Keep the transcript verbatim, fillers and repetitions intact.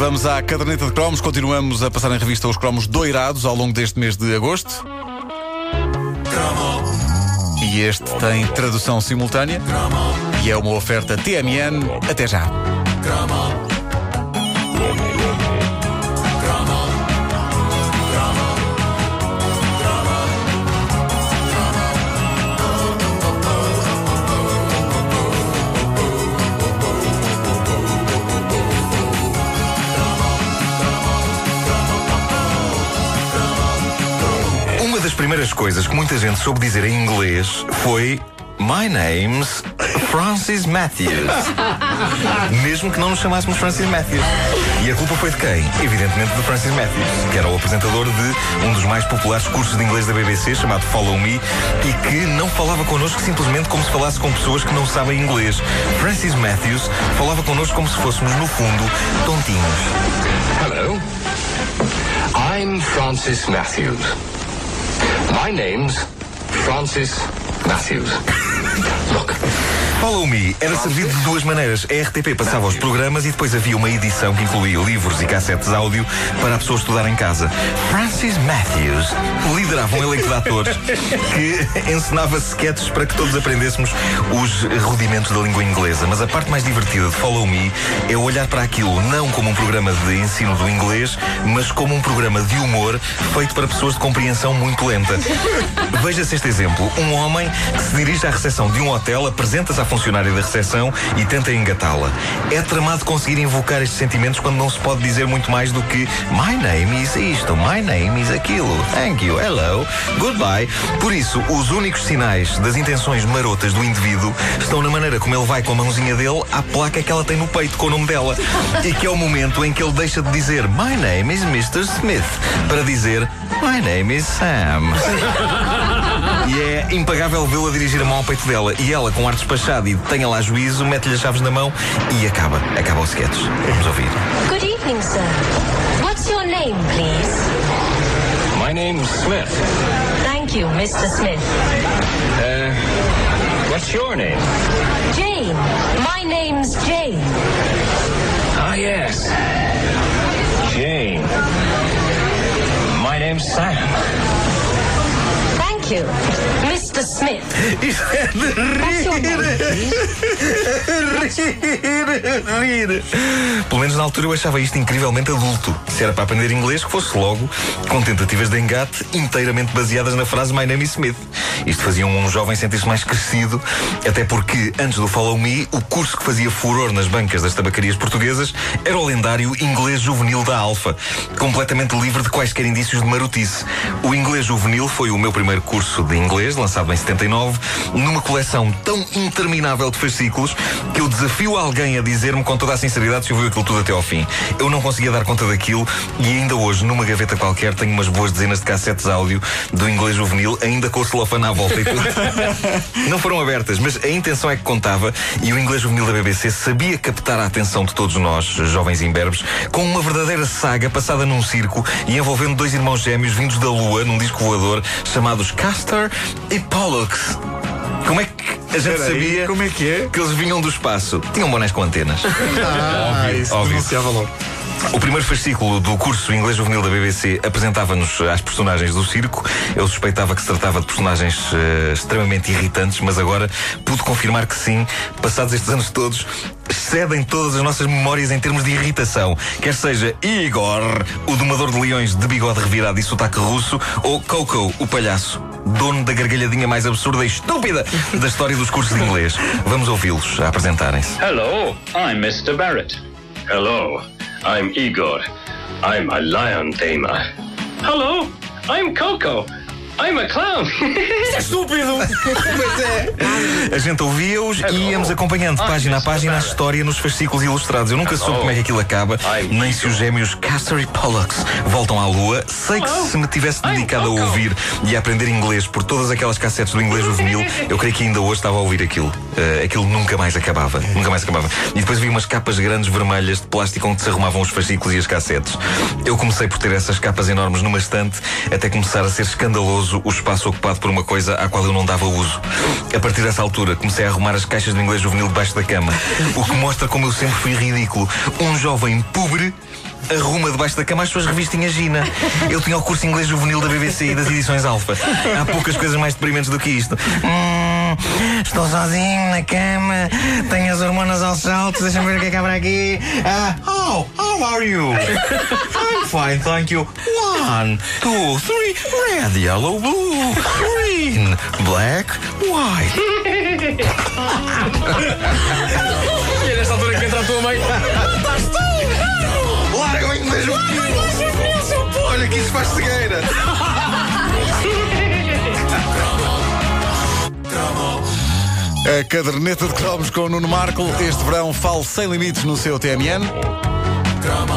Vamos à caderneta de cromos. Continuamos a passar em revista os cromos doirados ao longo deste mês de agosto. E este tem tradução simultânea e é uma oferta T M N. Até já. Uma das primeiras coisas que muita gente soube dizer em inglês foi My name's Francis Matthews. Mesmo que não nos chamássemos Francis Matthews. E a culpa foi de quem? Evidentemente de Francis Matthews, que era o apresentador de um dos mais populares cursos de inglês da B B C, chamado Follow Me, e que não falava connosco simplesmente como se falasse com pessoas que não sabem inglês. Francis Matthews falava connosco como se fôssemos, no fundo, tontinhos. Hello, I'm Francis Matthews. My name's Francis Matthews. Look. Follow Me era servido de duas maneiras. A R T P passava os programas e depois havia uma edição que incluía livros e cassetes áudio para a pessoa estudar em casa. Francis Matthews liderava um elenco de atores que encenava sketches para que todos aprendêssemos os rudimentos da língua inglesa. Mas a parte mais divertida de Follow Me é olhar para aquilo não como um programa de ensino do inglês, mas como um programa de humor feito para pessoas de compreensão muito lenta. Veja-se este exemplo. Um homem que se dirige à recepção de um hotel apresenta-se à funcionária da recepção e tenta engatá-la. É tramado conseguir invocar estes sentimentos quando não se pode dizer muito mais do que My name is isto, my name is aquilo, thank you, hello, goodbye. Por isso, os únicos sinais das intenções marotas do indivíduo estão na maneira como ele vai com a mãozinha dele à placa que ela tem no peito com o nome dela. E que é o momento em que ele deixa de dizer My name is mister Smith para dizer My name is Sam. E é impagável vê-la dirigir a mão ao peito dela e ela, com ar despachado e tenha lá juízo, mete-lhe as chaves na mão e acaba. Acaba o sketch. Vamos ouvir. Good evening, sir. What's your name, please? My name's Smith. Thank you, mister Smith. Uh, what's your name? Jane. My name's Jane. Ah, yes. Jane. My name's Sam. Thank you, mister Smith. Isto é de What's your name, rir. please? Rir, rir. Pelo menos na altura eu achava isto incrivelmente adulto. Se era para aprender inglês, que fosse logo com tentativas de engate inteiramente baseadas na frase My name is Smith. Isto fazia um jovem sentir-se mais crescido, até porque, antes do Follow Me, o curso que fazia furor nas bancas das tabacarias portuguesas era o lendário Inglês Juvenil da Alfa, completamente livre de quaisquer indícios de marotice. O Inglês Juvenil foi o meu primeiro curso de inglês, lançado em setenta e nove, numa coleção tão interminável de fascículos que eu desafio alguém a dizer-me com toda a sinceridade se ouviu aquilo tudo até ao fim. Eu não conseguia dar conta daquilo e ainda hoje, numa gaveta qualquer, tenho umas boas dezenas de cassetes áudio do Inglês Juvenil, ainda com o celofane à volta e tudo. Não foram abertas, mas a intenção é que contava e o Inglês Juvenil da B B C sabia captar a atenção de todos nós, jovens imberbes, com uma verdadeira saga passada num circo e envolvendo dois irmãos gêmeos vindos da Lua num disco voador chamados Castor e Pollux. Como é que a gente Peraí, sabia como é que é? que eles vinham do espaço? Tinham bonés com antenas. Ah, Óbvio, isso óbvio. denunciava logo. O primeiro fascículo do curso Inglês Juvenil da B B C apresentava-nos às personagens do circo. Eu suspeitava que se tratava de personagens uh, extremamente irritantes, mas agora pude confirmar que sim, passados estes anos todos, excedem todas as nossas memórias em termos de irritação. Quer seja Igor, o domador de leões de bigode revirado e sotaque russo, ou Coco, o palhaço, dono da gargalhadinha mais absurda e estúpida da história dos cursos de inglês. Vamos ouvi-los a apresentarem-se. Hello, I'm mister Barrett. Hello, I'm Igor. I'm a lion tamer. Hello, I'm Coco. I'm a clown. Estúpido! Pois é. A gente ouvia-os e íamos acompanhando página a página a história nos fascículos ilustrados. Eu nunca soube como é que aquilo acaba, nem se os gêmeos Castor e Pollux voltam à Lua. Sei que se me tivesse dedicado a ouvir e a aprender inglês por todas aquelas cassetes do Inglês Juvenil, eu creio que ainda hoje estava a ouvir aquilo. Uh, aquilo nunca mais acabava. Nunca mais acabava. E depois havia umas capas grandes vermelhas de plástico onde se arrumavam os fascículos e as cassetes. Eu comecei por ter essas capas enormes numa estante até começar a ser escandaloso o espaço ocupado por uma coisa à qual eu não dava uso. A partir dessa altura comecei a arrumar as caixas do Inglês Juvenil debaixo da cama, o que mostra como eu sempre fui ridículo. Um jovem pobre arruma debaixo da cama as suas revistinhas Gina. Eu tinha o curso inglês juvenil da B B C e das edições Alfa. Há poucas coisas mais deprimentes do que isto. Hum, estou sozinho na cama, tenho as hormonas aos saltos, deixa-me ver o que é que há por aqui. Uh, oh, how are you? I'm fine, thank you. One, two, three, red, yellow, blue, green, black, white. E é nesta altura que entra a tua mãe. Larga-me que vejo aquilo! Olha que isso faz cegueira! A caderneta de cromos com o Nuno Marco. Este verão fale sem limites no seu T M N.